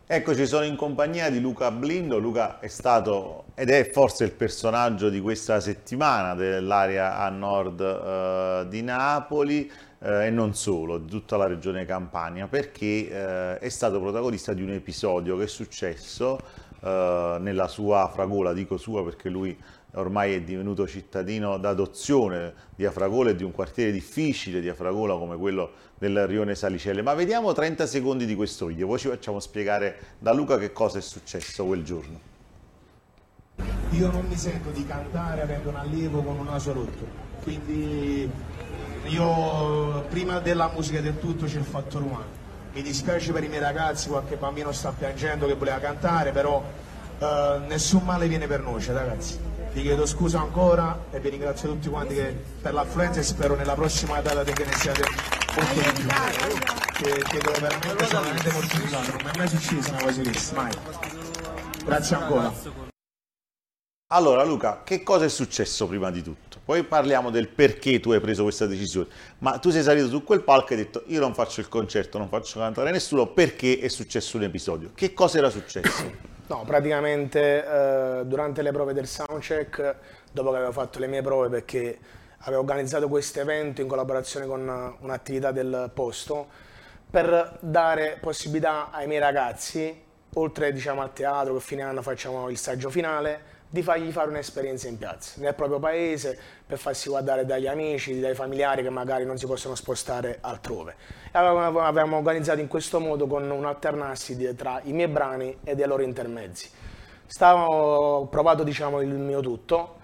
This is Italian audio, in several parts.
Eccoci, sono in compagnia di Luca Blindo. Luca è stato ed è forse il personaggio di questa settimana dell'area a nord di Napoli e non solo, di tutta la regione Campania, perché è stato protagonista di un episodio che è successo nella sua Fragola, dico sua perché lui ormai è divenuto cittadino d'adozione di Afragola e di un quartiere difficile di Afragola come quello del Rione Salicelle. Ma vediamo 30 secondi di questo video, poi ci facciamo spiegare da Luca che cosa è successo quel giorno. Io non mi sento di cantare avendo un allievo con un naso rotto, quindi io prima della musica del tutto c'è il fattore umano. Mi dispiace per i miei ragazzi, qualche bambino sta piangendo che voleva cantare, però nessun male viene per noi, ragazzi. Vi chiedo scusa ancora e vi ringrazio tutti quanti per l'affluenza e spero nella prossima data che ne siate molto di più. Che veramente sono veramente mortificato, non mi è mai successa una cosa di questa, mai. Grazie ancora. Allora Luca, che cosa è successo prima di tutto? Poi parliamo del perché tu hai preso questa decisione, ma tu sei salito su quel palco e hai detto io non faccio il concerto, non faccio cantare nessuno perché è successo un episodio. Che cosa era successo? No, praticamente durante le prove del soundcheck, dopo che avevo fatto le mie prove perché avevo organizzato questo evento in collaborazione con un'attività del posto per dare possibilità ai miei ragazzi, oltre diciamo al teatro che fine anno facciamo il saggio finale, di fargli fare un'esperienza in piazza, nel proprio paese, per farsi guardare dagli amici, dai familiari che magari non si possono spostare altrove. E avevamo organizzato in questo modo con un alternarsi tra i miei brani e dei loro intermezzi. Ho provato diciamo il mio tutto,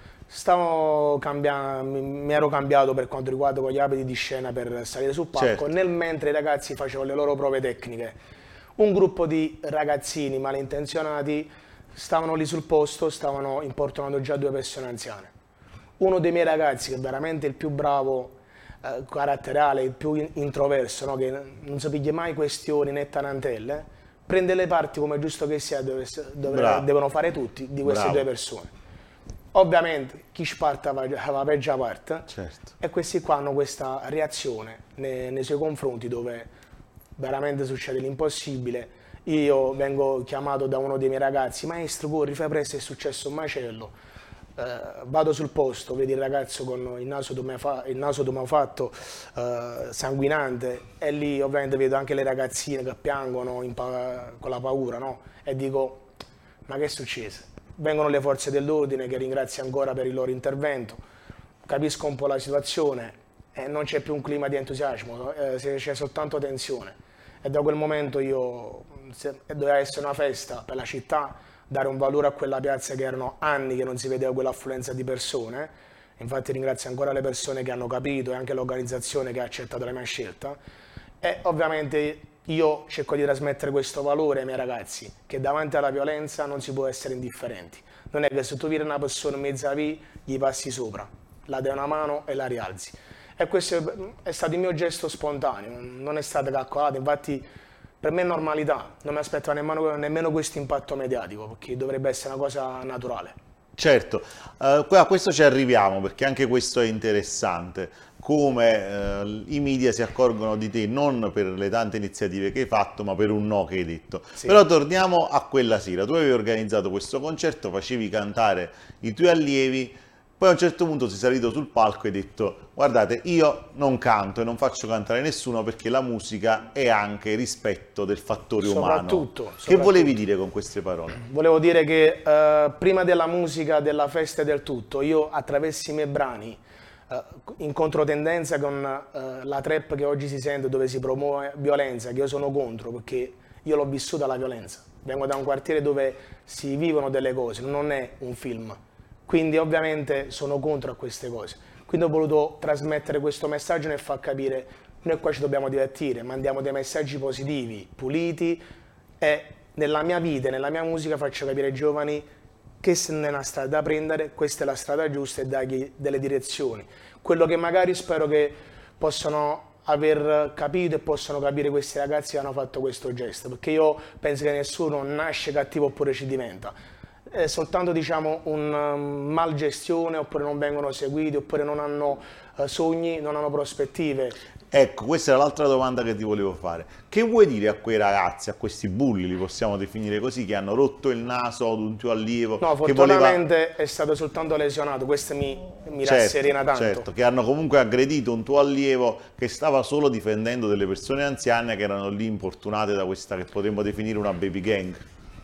mi ero cambiato per quanto riguarda gli abiti di scena per salire sul palco, Certo. nel mentre i ragazzi facevano le loro prove tecniche. Un gruppo di ragazzini malintenzionati stavano lì sul posto, stavano importunando già due persone anziane. Uno dei miei ragazzi, che è veramente il più bravo caratteriale, il più introverso, no? Che non si piglia mai questioni né tarantelle, prende le parti come è giusto che sia, devono fare tutti, di queste Bravo. due persone. Ovviamente chi sparta va la peggio parte, Certo. e questi qua hanno questa reazione nei suoi confronti dove veramente succede l'impossibile. Io vengo chiamato da uno dei miei ragazzi, maestro corri, fai presto, è successo un macello. Vado sul posto, vedi il ragazzo con il naso tumefatto, sanguinante, e lì ovviamente vedo anche le ragazzine che piangono con la paura, no? E dico, ma che è successo? Vengono le forze dell'ordine che ringrazio ancora per il loro intervento, capisco un po' la situazione e non c'è più un clima di entusiasmo, c'è soltanto tensione. E da quel momento doveva essere una festa per la città, dare un valore a quella piazza che erano anni che non si vedeva quell'affluenza di persone. Infatti ringrazio ancora le persone che hanno capito e anche l'organizzazione che ha accettato la mia scelta. E ovviamente io cerco di trasmettere questo valore ai miei ragazzi, che davanti alla violenza non si può essere indifferenti. Non è che se tu vedi una persona in mezzo a via, gli passi sopra, la dai una mano e la rialzi. E questo è stato il mio gesto spontaneo, non è stato calcolato, infatti per me è normalità, non mi aspettavo nemmeno questo impatto mediatico, perché dovrebbe essere una cosa naturale. Certo, a questo ci arriviamo perché anche questo è interessante, come i media si accorgono di te non per le tante iniziative che hai fatto, ma per un no che hai detto. Sì. Però torniamo a quella sera, tu avevi organizzato questo concerto, facevi cantare i tuoi allievi, poi a un certo punto sei salito sul palco e hai detto guardate, io non canto e non faccio cantare nessuno perché la musica è anche rispetto del fattore umano. Che volevi dire con queste parole? Volevo dire che prima della musica, della festa e del tutto, io attraverso i miei brani, in controtendenza con la trap che oggi si sente dove si promuove violenza, che io sono contro perché io l'ho vissuta la violenza. Vengo da un quartiere dove si vivono delle cose, non è un film. Quindi ovviamente sono contro a queste cose. Quindi ho voluto trasmettere questo messaggio nel far capire noi qua ci dobbiamo divertire, mandiamo dei messaggi positivi, puliti, e nella mia vita e nella mia musica faccio capire ai giovani che se n'è una strada da prendere, questa è la strada giusta e dargli delle direzioni. Quello che magari spero che possano aver capito e possano capire questi ragazzi che hanno fatto questo gesto, perché io penso che nessuno nasce cattivo oppure ci diventa. È soltanto diciamo un mal gestione, oppure non vengono seguiti, oppure non hanno sogni, non hanno prospettive. Ecco, questa è l'altra domanda che ti volevo fare. Che vuoi dire a quei ragazzi, a questi bulli, li possiamo definire così, che hanno rotto il naso ad un tuo allievo? No, che voleva... fortunatamente è stato soltanto lesionato, questo mi rasserena tanto. Certo, che hanno comunque aggredito un tuo allievo che stava solo difendendo delle persone anziane che erano lì importunate da questa che potremmo definire una baby gang.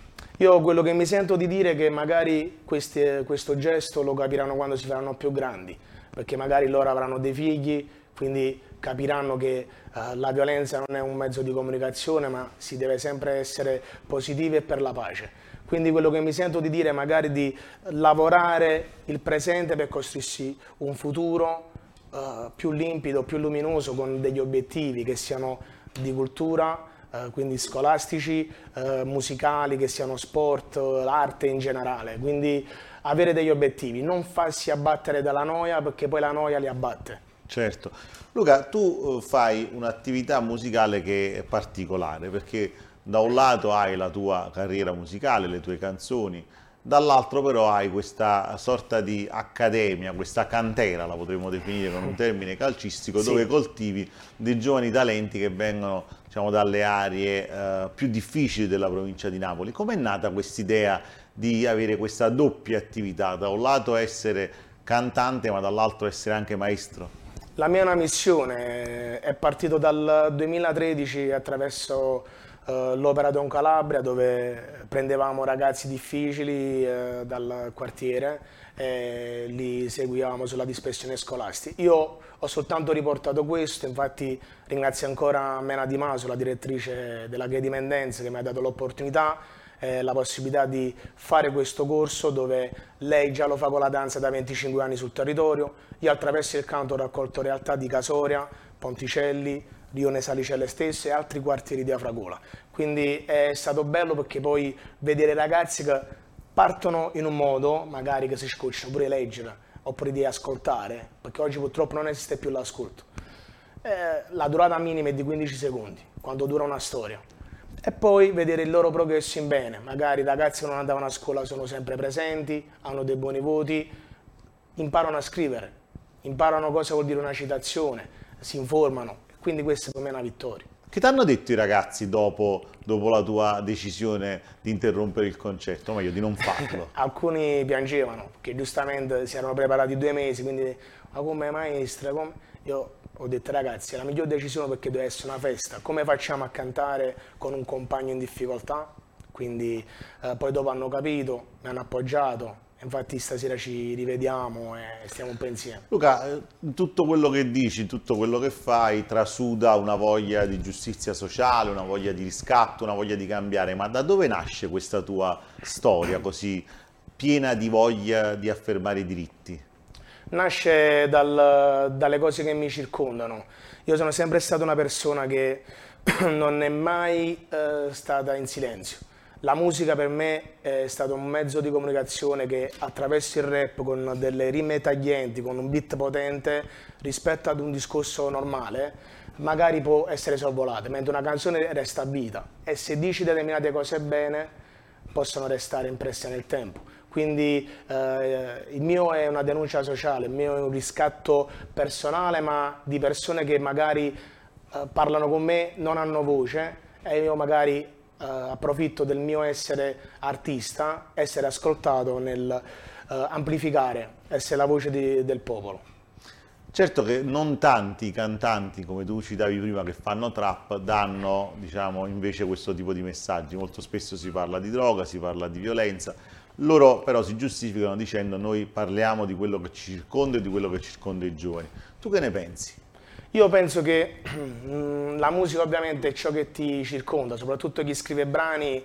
Io quello che mi sento di dire è che magari questo gesto lo capiranno quando si faranno più grandi, perché magari loro avranno dei figli, quindi capiranno che la violenza non è un mezzo di comunicazione, ma si deve sempre essere positivi e per la pace. Quindi quello che mi sento di dire è magari di lavorare il presente per costruirsi un futuro più limpido, più luminoso, con degli obiettivi che siano di cultura, quindi scolastici, musicali, che siano sport, arte in generale. Quindi avere degli obiettivi, non farsi abbattere dalla noia, perché poi la noia li abbatte. Certo. Luca, tu fai un'attività musicale che è particolare, perché da un lato hai la tua carriera musicale, le tue canzoni, dall'altro però hai questa sorta di accademia, questa cantera, la potremmo definire con un termine calcistico, Sì. dove coltivi dei giovani talenti che vengono, diciamo, dalle aree più difficili della provincia di Napoli. Com'è nata quest'idea di avere questa doppia attività, da un lato essere cantante ma dall'altro essere anche maestro? La mia è una missione, è partito dal 2013 attraverso l'Opera Don Calabria, dove prendevamo ragazzi difficili dal quartiere e li seguivamo sulla dispersione scolastica. Io ho soltanto riportato questo, infatti ringrazio ancora Mena Di Maso, la direttrice della Che Dipendenza, che mi ha dato l'opportunità, la possibilità di fare questo corso, dove lei già lo fa con la danza da 25 anni sul territorio. Io attraverso il canto ho raccolto realtà di Casoria, Ponticelli, Rione Salicelle stesse e altri quartieri di Afragola. Quindi è stato bello, perché poi vedere ragazzi che partono in un modo, magari che si scocciano pure leggere oppure di ascoltare, perché oggi purtroppo non esiste più l'ascolto. La durata minima è di 15 secondi, quando dura una storia. E poi vedere il loro progresso in bene, magari i ragazzi che non andavano a scuola sono sempre presenti, hanno dei buoni voti, imparano a scrivere, imparano cosa vuol dire una citazione, si informano, quindi questa per me è una vittoria. Che ti hanno detto i ragazzi dopo la tua decisione di interrompere il concerto, o meglio di non farlo? Alcuni piangevano, che giustamente si erano preparati 2 mesi, quindi ma come maestra, come... Io ho detto ragazzi, è la miglior decisione, perché deve essere una festa, come facciamo a cantare con un compagno in difficoltà? Quindi poi dopo hanno capito, mi hanno appoggiato, infatti stasera ci rivediamo e stiamo un po' insieme. Luca, tutto quello che dici, tutto quello che fai trasuda una voglia di giustizia sociale, una voglia di riscatto, una voglia di cambiare, ma da dove nasce questa tua storia così piena di voglia di affermare i diritti? Nasce dalle cose che mi circondano. Io sono sempre stata una persona che non è mai stata in silenzio. La musica per me è stato un mezzo di comunicazione che attraverso il rap, con delle rime taglienti, con un beat potente, rispetto ad un discorso normale, magari può essere sorvolata, mentre una canzone resta vita, e se dici determinate cose bene possono restare impresse nel tempo. Quindi il mio è una denuncia sociale, il mio è un riscatto personale, ma di persone che magari parlano con me, non hanno voce, e io magari approfitto del mio essere artista, essere ascoltato nel amplificare, essere la voce del popolo. Certo che non tanti cantanti, come tu citavi prima, che fanno trap, danno, diciamo, invece questo tipo di messaggi. Molto spesso si parla di droga, si parla di violenza. Loro però si giustificano dicendo noi parliamo di quello che ci circonda e di quello che circonda i giovani. Tu che ne pensi? Io penso che la musica ovviamente è ciò che ti circonda, soprattutto chi scrive brani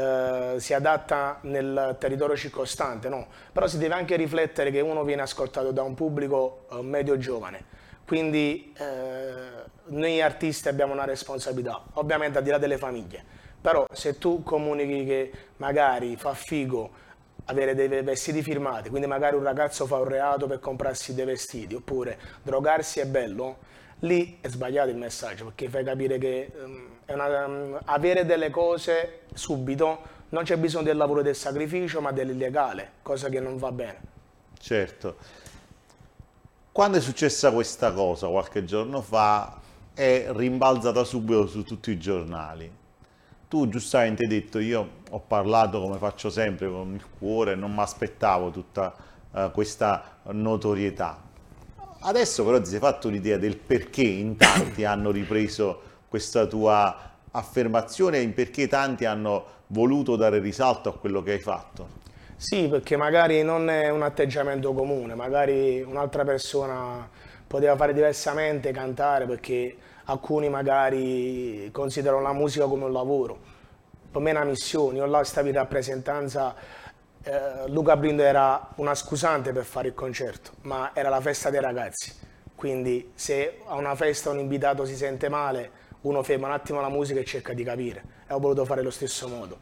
si adatta nel territorio circostante, no? Però si deve anche riflettere che uno viene ascoltato da un pubblico medio giovane, quindi noi artisti abbiamo una responsabilità, ovviamente al di là delle famiglie, però se tu comunichi che magari fa figo avere dei vestiti firmati, quindi magari un ragazzo fa un reato per comprarsi dei vestiti, oppure drogarsi è bello, lì è sbagliato il messaggio, perché fai capire che avere delle cose subito non c'è bisogno del lavoro e del sacrificio, ma dell'illegale, cosa che non va bene. Certo. Quando è successa questa cosa, qualche giorno fa, è rimbalzata subito su tutti i giornali. Tu giustamente hai detto, io ho parlato come faccio sempre con il cuore, non mi aspettavo tutta questa notorietà. Adesso però ti sei fatto l'idea del perché in tanti hanno ripreso questa tua affermazione e in perché tanti hanno voluto dare risalto a quello che hai fatto. Sì, perché magari non è un atteggiamento comune, magari un'altra persona poteva fare diversamente, cantare, perché alcuni magari considerano la musica come un lavoro. Per me è una missione, io là stavo in rappresentanza, Luca Blindo era una scusante per fare il concerto, ma era la festa dei ragazzi, quindi se a una festa un invitato si sente male, uno ferma un attimo la musica e cerca di capire, e ho voluto fare allo stesso modo.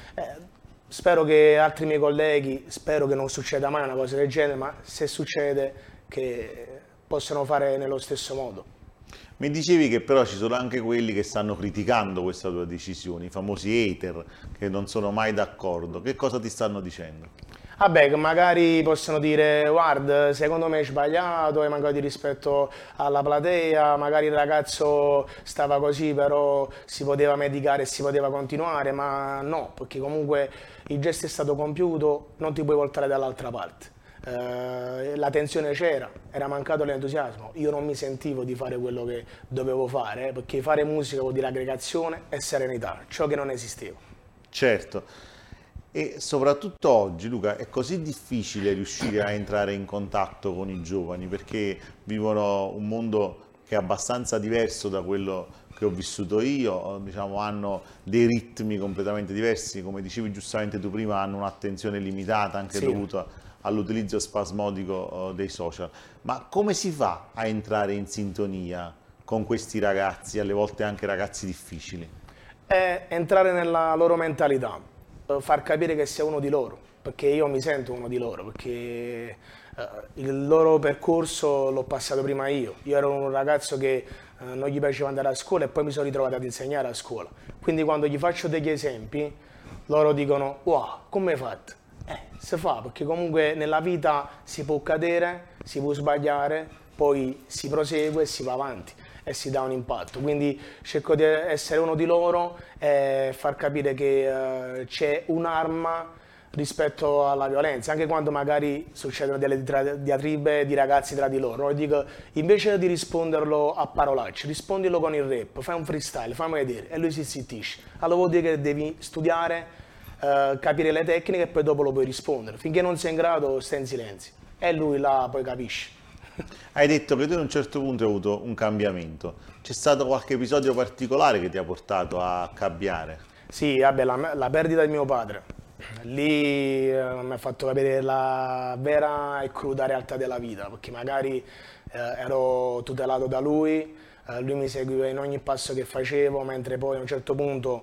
Spero che altri miei colleghi, spero che non succeda mai una cosa del genere, ma se succede che possano fare nello stesso modo. Mi dicevi che però ci sono anche quelli che stanno criticando questa tua decisione, i famosi hater che non sono mai d'accordo. Che cosa ti stanno dicendo? Vabbè, che magari possono dire, guarda, secondo me hai sbagliato, hai mancato di rispetto alla platea, magari il ragazzo stava così, però si poteva medicare e si poteva continuare, ma no, perché comunque il gesto è stato compiuto, non ti puoi voltare dall'altra parte. La tensione c'era, era mancato l'entusiasmo, io non mi sentivo di fare quello che dovevo fare, perché fare musica vuol dire aggregazione e serenità, ciò che non esisteva. Certo. E soprattutto oggi, Luca, è così difficile riuscire a entrare in contatto con i giovani perché vivono un mondo che è abbastanza diverso da quello che ho vissuto io, diciamo, hanno dei ritmi completamente diversi, come dicevi giustamente tu prima, hanno un'attenzione limitata anche Sì. dovuta all'utilizzo spasmodico dei social. Ma come si fa a entrare in sintonia con questi ragazzi, alle volte anche ragazzi difficili? È entrare nella loro mentalità, far capire che sei uno di loro, perché io mi sento uno di loro, perché il loro percorso l'ho passato prima io. Io ero un ragazzo che non gli piaceva andare a scuola e poi mi sono ritrovato ad insegnare a scuola. Quindi quando gli faccio degli esempi, loro dicono, wow, come hai fatto? Si fa, perché comunque nella vita si può cadere, si può sbagliare, poi si prosegue e si va avanti e si dà un impatto. Quindi cerco di essere uno di loro e far capire che c'è un'arma rispetto alla violenza, anche quando magari succedono delle diatribe di ragazzi tra di loro. Io dico, invece di risponderlo a parolacce, rispondilo con il rap, fai un freestyle, fammi vedere, e lui si zittisce. Allora vuol dire che devi studiare, capire le tecniche e poi dopo lo puoi rispondere. Finché non sei in grado stai in silenzio e lui là poi capisce. Hai detto che tu a un certo punto hai avuto un cambiamento. C'è stato qualche episodio particolare che ti ha portato a cambiare? Sì, vabbè, la perdita di mio padre. Lì mi ha fatto capire la vera e cruda realtà della vita, perché magari ero tutelato da lui, lui mi seguiva in ogni passo che facevo, mentre poi a un certo punto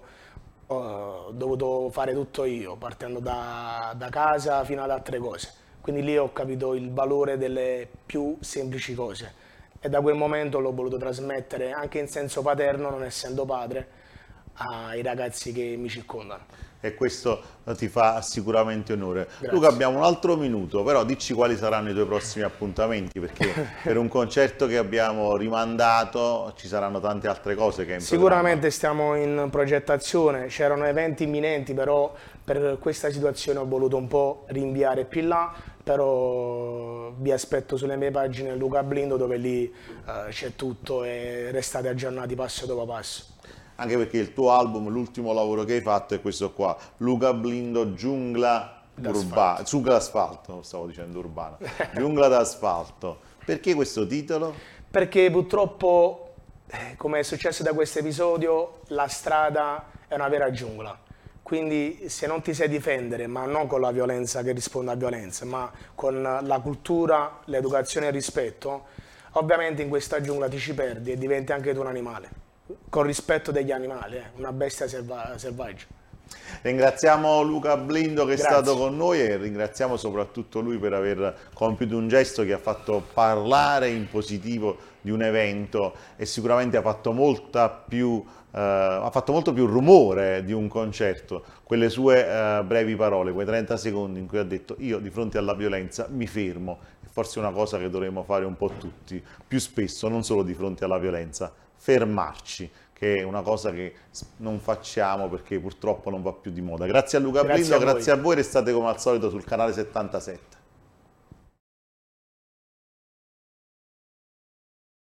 ho dovuto fare tutto io, partendo da casa fino ad altre cose. Quindi lì ho capito il valore delle più semplici cose e da quel momento l'ho voluto trasmettere anche in senso paterno, non essendo padre, ai ragazzi che mi circondano. E questo ti fa sicuramente onore. Grazie. Luca, abbiamo un altro minuto, però dici quali saranno i tuoi prossimi appuntamenti, perché per un concerto che abbiamo rimandato ci saranno tante altre cose che Sicuramente stiamo in progettazione, c'erano eventi imminenti, però per questa situazione ho voluto un po' rinviare più in là, però vi aspetto sulle mie pagine Luca Blindo, dove lì c'è tutto e restate aggiornati passo dopo passo. Anche perché il tuo album, l'ultimo lavoro che hai fatto è questo qua, Luca Blindo, Giungla Urbana, Giungla d'asfalto, stavo dicendo urbana, Giungla d'asfalto. Perché questo titolo? Perché purtroppo, come è successo da questo episodio, la strada è una vera giungla. Quindi se non ti sai difendere, ma non con la violenza che risponde a violenza, ma con la cultura, l'educazione e il rispetto, ovviamente in questa giungla ti ci perdi e diventi anche tu un animale. Con rispetto degli animali, una bestia selvaggia. Ringraziamo Luca Blindo che è Grazie. stato con noi e ringraziamo soprattutto lui per aver compiuto un gesto che ha fatto parlare in positivo di un evento e sicuramente ha fatto molto più rumore di un concerto. Quelle sue brevi parole, quei 30 secondi in cui ha detto io di fronte alla violenza mi fermo. forse è una cosa che dovremmo fare un po' tutti, più spesso, non solo di fronte alla violenza, fermarci, che è una cosa che non facciamo perché purtroppo non va più di moda. Grazie a Luca Blindo, grazie a voi, restate come al solito sul canale 77.